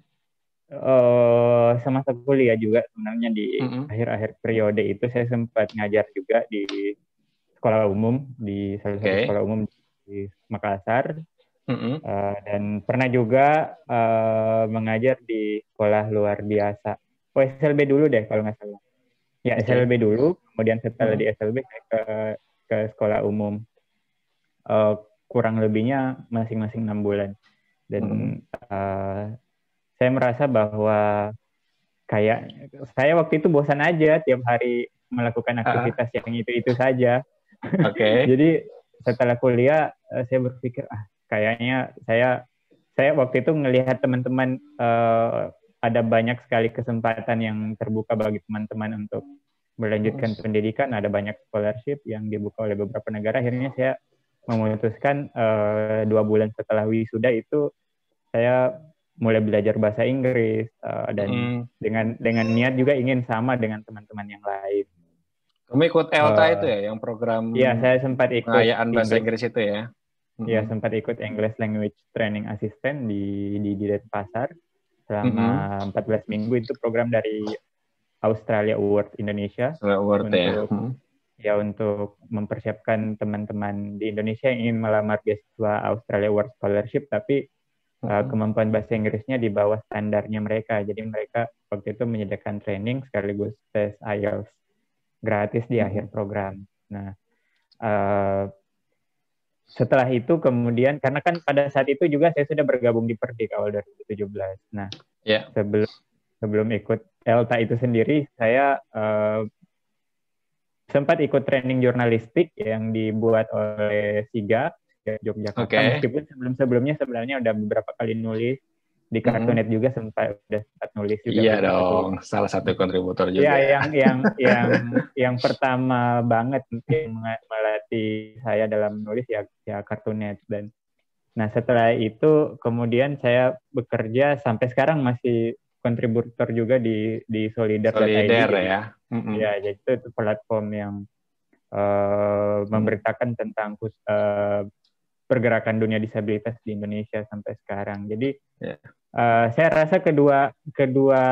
uh, semasa kuliah juga sebenarnya di mm-hmm. akhir-akhir periode itu saya sempat ngajar juga di sekolah umum, di salah satu okay. sekolah umum di Makassar. Mm-hmm. uh, dan pernah juga uh, mengajar di sekolah luar biasa. Oh, S L B dulu deh kalau nggak salah. Ya, okay. S L B dulu, kemudian setelah mm-hmm. di S L B saya ke, ke sekolah umum. Uh, kurang lebihnya masing-masing enam bulan. Dan mm-hmm. uh, saya merasa bahwa kayak saya waktu itu bosan aja tiap hari melakukan aktivitas uh. yang itu-itu saja. Okay. Jadi setelah kuliah uh, saya berpikir ah kayaknya saya saya waktu itu melihat teman-teman uh, ada banyak sekali kesempatan yang terbuka bagi teman-teman untuk melanjutkan mm-hmm. pendidikan, ada banyak scholarship yang dibuka oleh beberapa negara. Akhirnya saya memutuskan uh, dua bulan setelah wisuda itu saya mulai belajar bahasa Inggris uh, dan mm. dengan dengan niat juga ingin sama dengan teman-teman yang lain. Kamu ikut E L T A uh, itu ya, yang program Iya, saya sempat ikut pengayaan bahasa Inggris itu ya? Iya, mm-hmm. sempat ikut English Language Training Assistant di di, di Denpasar selama mm-hmm. empat belas minggu. Itu program dari Australia Award Indonesia. Award untuk, ya. Hmm. Ya, untuk mempersiapkan teman-teman di Indonesia yang ingin melamar beasiswa Australia Award Scholarship, tapi hmm. uh, kemampuan bahasa Inggrisnya di bawah standarnya mereka. Jadi mereka waktu itu menyediakan training sekaligus tes I E L T S gratis di hmm. akhir program. Nah, uh, setelah itu kemudian, karena kan pada saat itu juga saya sudah bergabung di Perdik awal dua ribu tujuh belas. Nah, yeah. sebelum sebelum ikut E L T A itu sendiri, saya uh, sempat ikut training jurnalistik yang dibuat oleh SIGA Yogyakarta. Okay. Meskipun sebelum-sebelumnya sebenarnya udah beberapa kali nulis di Kartunet mm-hmm. juga sempat udah sempat nulis juga. Iya dong, satu. Salah satu kontributor juga. Iya, yang yang yang yang pertama banget mungkin melatih saya dalam nulis ya ya Kartunet. Dan nah setelah itu kemudian saya bekerja sampai sekarang masih kontributor juga di di Solidar. Solidar ya. Mm-hmm. Ya, jadi itu, itu platform yang uh, memberitakan tentang uh, pergerakan dunia disabilitas di Indonesia sampai sekarang. Jadi yeah. uh, saya rasa kedua kedua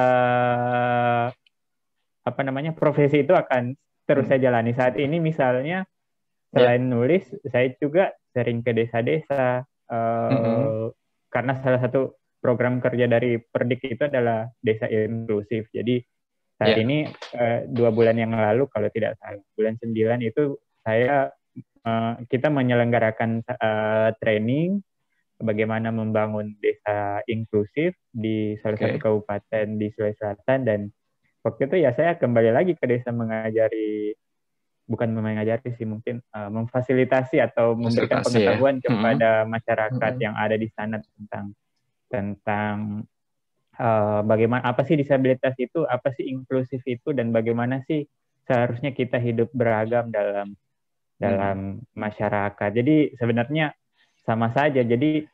apa namanya profesi itu akan terus mm. saya jalani. Saat ini misalnya selain yeah. nulis, saya juga sering ke desa-desa uh, mm-hmm. karena salah satu program kerja dari Perdik itu adalah desa inklusif. Jadi saat yeah. ini uh, dua bulan yang lalu kalau tidak salah bulan sembilan itu saya uh, kita menyelenggarakan uh, training bagaimana membangun desa inklusif di salah okay. satu kabupaten di Sulawesi Selatan. Dan waktu itu ya saya kembali lagi ke desa mengajari, bukan mengajari sih mungkin uh, memfasilitasi atau memberikan pengetahuan ya. kepada mm-hmm. masyarakat mm-hmm. yang ada di sana tentang tentang Uh, bagaimana apa sih disabilitas itu, apa sih inklusif itu, dan bagaimana sih seharusnya kita hidup beragam dalam hmm. dalam masyarakat. Jadi sebenarnya sama saja. Jadi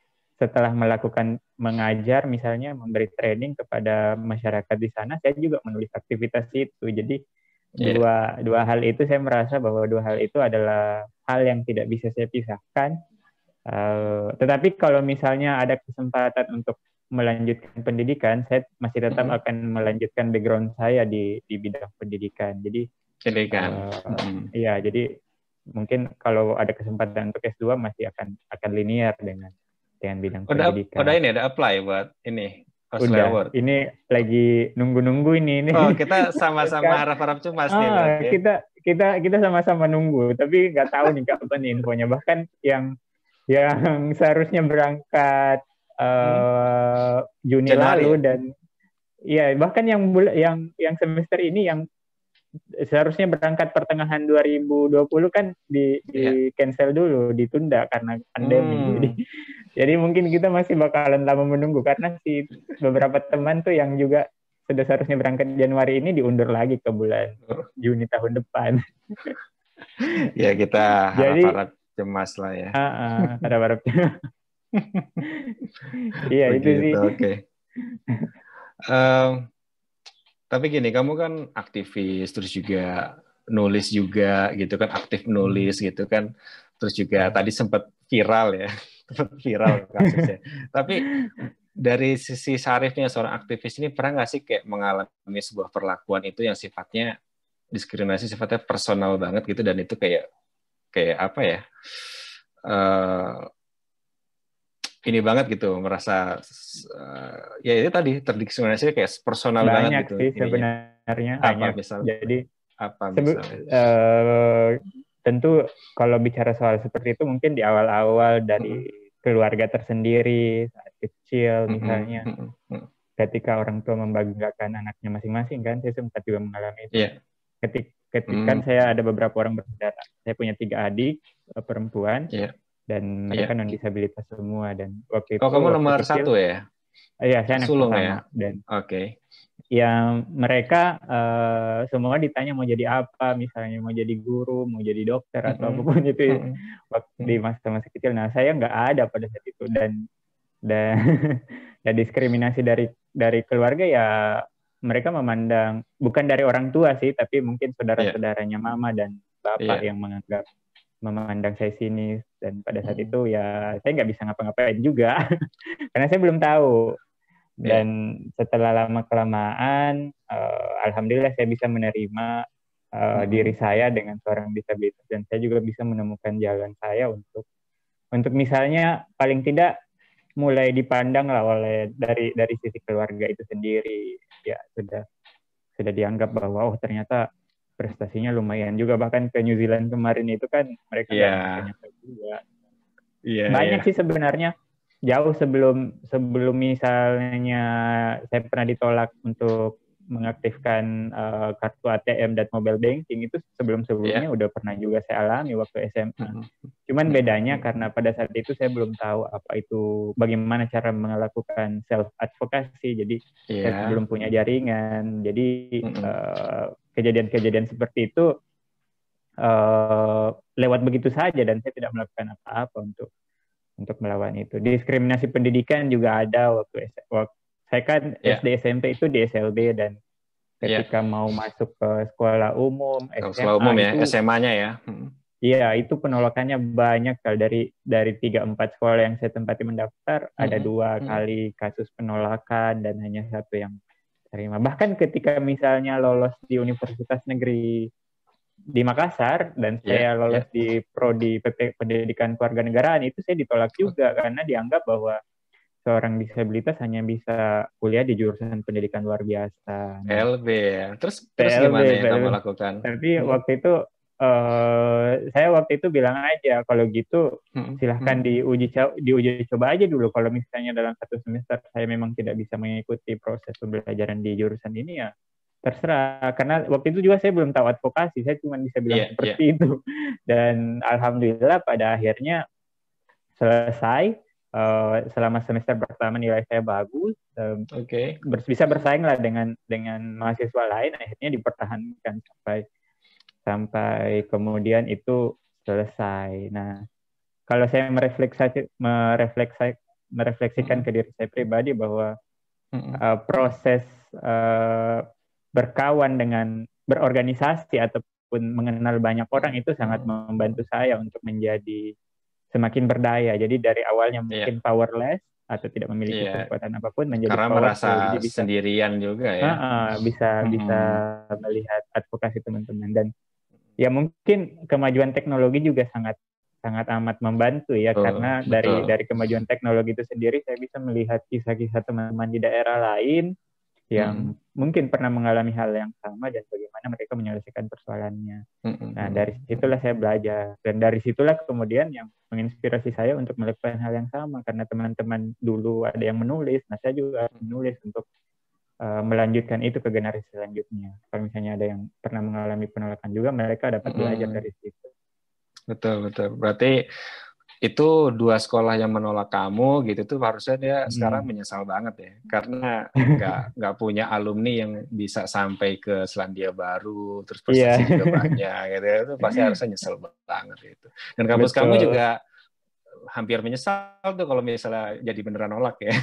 setelah melakukan mengajar misalnya memberi training kepada masyarakat di sana, saya juga menulis aktivitas itu. Jadi yeah. dua dua hal itu saya merasa bahwa dua hal itu adalah hal yang tidak bisa saya pisahkan. Uh, tetapi kalau misalnya ada kesempatan untuk melanjutkan pendidikan, saya masih tetap mm-hmm. akan melanjutkan background saya di di bidang pendidikan. Jadi pendidikan. Uh, mm-hmm. Ya, jadi mungkin kalau ada kesempatan untuk S dua masih akan akan linear dengan dengan bidang udah, pendidikan. Udah ini ada apply buat ini Udah, award. Ini lagi nunggu-nunggu ini. Oh, kita sama-sama harap-harap cemas ah, nih berarti. Kita kita kita sama-sama nunggu, tapi nggak tahu nih kapan infonya. Bahkan yang yang seharusnya berangkat uh, Juni Januari, lalu ya? Dan ya bahkan yang yang yang semester ini yang seharusnya berangkat pertengahan dua ribu dua puluh kan di, di yeah. cancel dulu, ditunda karena pandemi. Hmm. Jadi jadi mungkin kita masih bakalan lama menunggu karena si beberapa teman tuh yang juga sudah seharusnya berangkat Januari ini diundur lagi ke bulan Juni tahun depan. Ya kita harap-harap cemas lah ya. Uh, uh, harap-harap. Iya itu sih. Oke. Okay. Um, Tapi gini, kamu kan aktivis, terus juga nulis juga, gitu kan, aktif nulis, gitu kan, terus juga tadi sempat viral ya, sempat viral kasusnya. Tapi dari sisi Syarifnya seorang aktivis ini pernah nggak sih kayak mengalami sebuah perlakuan itu yang sifatnya diskriminasi, sifatnya personal banget gitu, dan itu kayak kayak apa ya? Uh, ini banget gitu, merasa uh, ya itu tadi terdiskriminasi kayak personal banyak banget gitu. Banyak sih sebenarnya, apa banyak. Misalnya? Jadi apa misalnya? Uh, tentu kalau bicara soal seperti itu mungkin di awal-awal dari mm-hmm. keluarga tersendiri saat kecil misalnya, mm-hmm. ketika orang tua membanggakan anaknya masing-masing kan, saya sempat juga mengalami itu. Yeah. Ketika, ketika mm-hmm. kan saya ada beberapa orang bersaudara, saya punya tiga adik perempuan. Yeah. Dan mereka yeah. non disabilitas semua, dan waktu oh, itu kamu waktu nomor kecil, satu ya? Iya, saya anak sulung pertama ya? Dan oke. Okay. Yang mereka uh, semua ditanya mau jadi apa, misalnya mau jadi guru, mau jadi dokter mm-hmm. atau apapun itu mm-hmm. waktu di masa-masa kecil. Nah, saya nggak ada pada saat itu, dan dan, dan diskriminasi dari dari keluarga ya, mereka memandang bukan dari orang tua sih, tapi mungkin saudara-saudaranya mama dan bapak yeah. yang menganggap memandang saya sinis, dan pada saat hmm. itu ya saya nggak bisa ngapa-ngapain juga karena saya belum tahu. Dan yeah. setelah lama kelamaan uh, alhamdulillah saya bisa menerima uh, hmm. diri saya dengan seorang disabilitas, dan saya juga bisa menemukan jalan saya untuk untuk misalnya paling tidak mulai dipandang lah oleh dari dari sisi keluarga itu sendiri, ya sudah sudah dianggap bahwa oh ternyata prestasinya lumayan juga, bahkan ke New Zealand kemarin itu kan mereka yeah. banyak juga. Yeah, banyak yeah. sih sebenarnya, jauh sebelum sebelum misalnya saya pernah ditolak untuk mengaktifkan uh, kartu A T M dan mobile banking, itu sebelum-sebelumnya yeah. udah pernah juga saya alami waktu S M A. Mm-hmm. Cuman bedanya mm-hmm. karena pada saat itu saya belum tahu apa itu, bagaimana cara melakukan self advocacy, jadi yeah. saya belum punya jaringan, jadi mm-hmm. uh, kejadian-kejadian seperti itu uh, lewat begitu saja, dan saya tidak melakukan apa-apa untuk untuk melawan itu. Diskriminasi pendidikan juga ada waktu, waktu saya kan yeah. S D S M P itu di S L B, dan ketika yeah. mau masuk ke sekolah umum, S M A sekolah umum ya, itu, S M A-nya ya. Iya, itu penolakannya banyak. Kalau dari dari tiga empat sekolah yang saya tempati mendaftar, mm-hmm. ada dua mm-hmm. kali kasus penolakan dan hanya satu yang terima. Bahkan ketika misalnya lolos di Universitas Negeri di Makassar dan saya yeah, lolos yeah. di prodi P P Pendidikan Kewarganegaraan, itu saya ditolak juga karena dianggap bahwa seorang disabilitas hanya bisa kuliah di jurusan pendidikan luar biasa. P L B ya. Terus terus P L B, gimana yang kamu lakukan? Tapi hmm. waktu itu uh, saya waktu itu bilang aja kalau gitu hmm. silahkan hmm. diuji diuji coba aja dulu. Kalau misalnya dalam satu semester saya memang tidak bisa mengikuti proses pembelajaran di jurusan ini, ya terserah. Karena waktu itu juga saya belum tahu advokasi, saya cuma bisa bilang yeah, seperti yeah. itu. Dan alhamdulillah pada akhirnya selesai. Uh, selama semester pertama nilai saya bagus, um, okay. ber- bisa bersaing lah dengan dengan mahasiswa lain, akhirnya dipertahankan sampai sampai kemudian itu selesai. Nah, kalau saya merefleksi merefleksi merefleksikan ke diri saya pribadi bahwa uh, proses uh, berkawan dengan berorganisasi ataupun mengenal banyak orang itu sangat membantu saya untuk menjadi semakin berdaya. Jadi dari awalnya mungkin yeah. powerless atau tidak memiliki yeah. kekuatan apapun menjadi karena powerful. merasa Jadi bisa, sendirian juga ya. Uh, uh, bisa hmm. bisa melihat advokasi teman-teman, dan ya mungkin kemajuan teknologi juga sangat sangat amat membantu ya, oh, karena betul. dari dari kemajuan teknologi itu sendiri saya bisa melihat kisah-kisah teman-teman di daerah lain yang hmm. mungkin pernah mengalami hal yang sama dan bagaimana mereka menyelesaikan persoalannya. Hmm. Nah, dari situlah saya belajar, dan dari situlah kemudian yang menginspirasi saya untuk melakukan hal yang sama, karena teman-teman dulu ada yang menulis, nah saya juga menulis untuk uh, melanjutkan itu ke generasi selanjutnya. Kalau misalnya ada yang pernah mengalami penolakan juga, mereka dapat belajar hmm. dari situ. Betul, betul. Berarti itu dua sekolah yang menolak kamu gitu tuh harusnya dia hmm. sekarang menyesal banget ya, karena nggak nggak punya alumni yang bisa sampai ke Selandia Baru terus prestasi yeah. juga banyak gitu, itu pasti harusnya nyesel banget gitu. Dan kampus Betul. Kamu juga hampir menyesal tuh kalau misalnya jadi beneran nolak ya.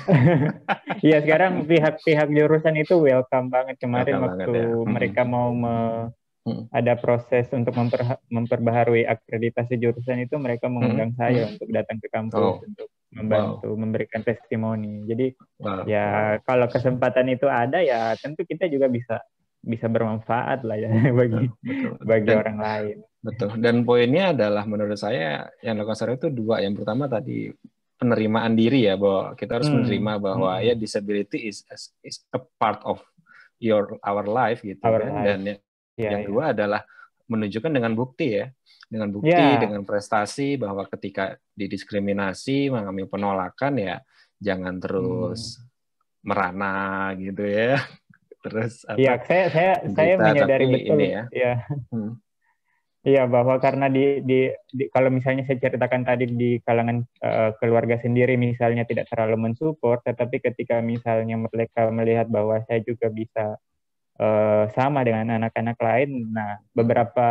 Iya, sekarang pihak-pihak jurusan itu welcome banget. Kemarin welcome waktu banget, ya. mereka mau me Hmm. ada proses untuk memper, memperbaharui akreditasi jurusan itu, mereka mengundang hmm. saya hmm. untuk datang ke kampus oh. untuk membantu wow. memberikan testimoni. Jadi wow. ya wow. kalau kesempatan itu ada ya tentu kita juga bisa bisa bermanfaat lah ya bagi betul, betul. bagi Dan, orang lain. Betul. Dan poinnya adalah menurut saya yang dilakukan itu dua. Yang pertama tadi penerimaan diri ya, bahwa kita harus hmm. menerima bahwa hmm. ya disability is is a part of your our life gitu our kan. Life. Dan Ya, yang kedua ya. adalah menunjukkan dengan bukti ya, dengan bukti, ya. dengan prestasi bahwa ketika didiskriminasi, mengalami penolakan ya, jangan terus hmm. merana gitu ya. Terus apa? Ya, saya saya saya menyadari betul ini ya. Ya. Hmm. Iya, bahwa karena di, di, di kalau misalnya saya ceritakan tadi di kalangan uh, keluarga sendiri misalnya tidak terlalu mensupport, tetapi ketika misalnya mereka melihat bahwa saya juga bisa Uh, sama dengan anak-anak lain. Nah, beberapa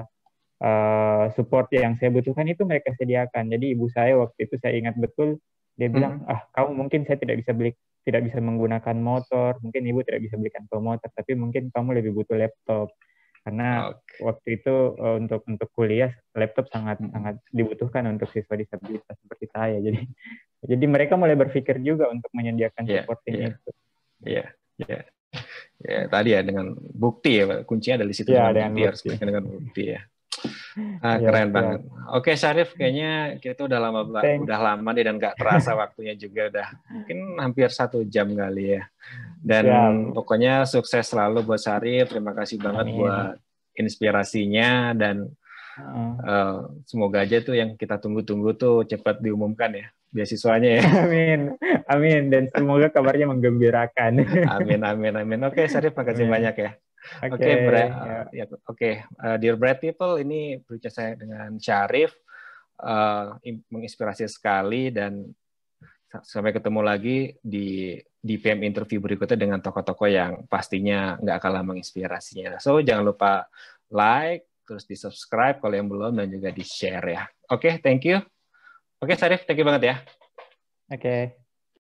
uh, support yang saya butuhkan itu mereka sediakan. Jadi ibu saya waktu itu saya ingat betul, dia bilang, hmm. ah kamu mungkin saya tidak bisa beli, tidak bisa menggunakan motor, mungkin ibu tidak bisa belikan motor, tapi mungkin kamu lebih butuh laptop. Karena okay. waktu itu uh, untuk untuk kuliah laptop sangat hmm. sangat dibutuhkan untuk siswa disabilitas seperti saya. Jadi jadi mereka mulai berpikir juga untuk menyediakan yeah, supporting yeah. itu. Iya, yeah, iya. Yeah. Ya tadi ya dengan bukti ya Pak. Kuncinya ada di situ ya, dengan, dengan bukti, harus berikan dengan bukti ya. Ah, ya, keren ya. banget. Oke Syarif, kayaknya kita udah lama Thanks. udah lama nih dan nggak terasa waktunya juga udah mungkin hampir satu jam kali ya. Dan ya. pokoknya sukses selalu buat Syarif. Terima kasih banget Amin. buat inspirasinya dan uh. Uh, semoga aja tuh yang kita tunggu-tunggu tuh cepat diumumkan ya beasiswanya ya. Amin, amin, dan semoga kabarnya menggembirakan. Amin, amin, amin. Oke, Syarif, makasih amin. banyak ya. Oke, okay, okay, uh, ya. oke, okay. uh, dear Bright People, ini berbicara saya dengan Syarif, uh, menginspirasi sekali dan sampai ketemu lagi di di P M interview berikutnya dengan tokoh-tokoh yang pastinya nggak kalah menginspirasinya. So jangan lupa like, terus di subscribe kalau yang belum dan juga di share ya. Oke, okay, thank you. Oke, okay, Syarif, thank you banget ya. Oke. Okay.